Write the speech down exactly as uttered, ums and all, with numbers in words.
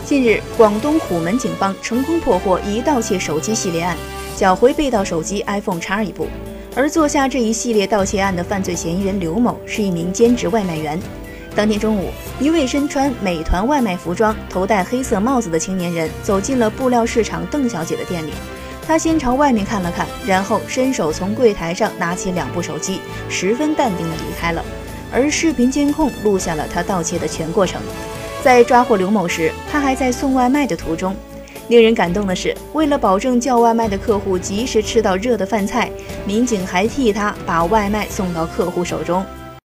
近日，广东虎门警方成功破获一盗窃手机系列案，缴回被盗手机 iPhone X 二一部。而做下这一系列盗窃案的犯罪嫌疑人刘某是一名兼职外卖员。当天中午，一位身穿美团外卖服装、头戴黑色帽子的青年人走进了布料市场邓小姐的店里。他先朝外面看了看，然后伸手从柜台上拿起两部手机，十分淡定地离开了。而视频监控录下了他盗窃的全过程。在抓获刘某时，他还在送外卖的途中。令人感动的是，为了保证叫外卖的客户及时吃到热的饭菜，民警还替他把外卖送到客户手中。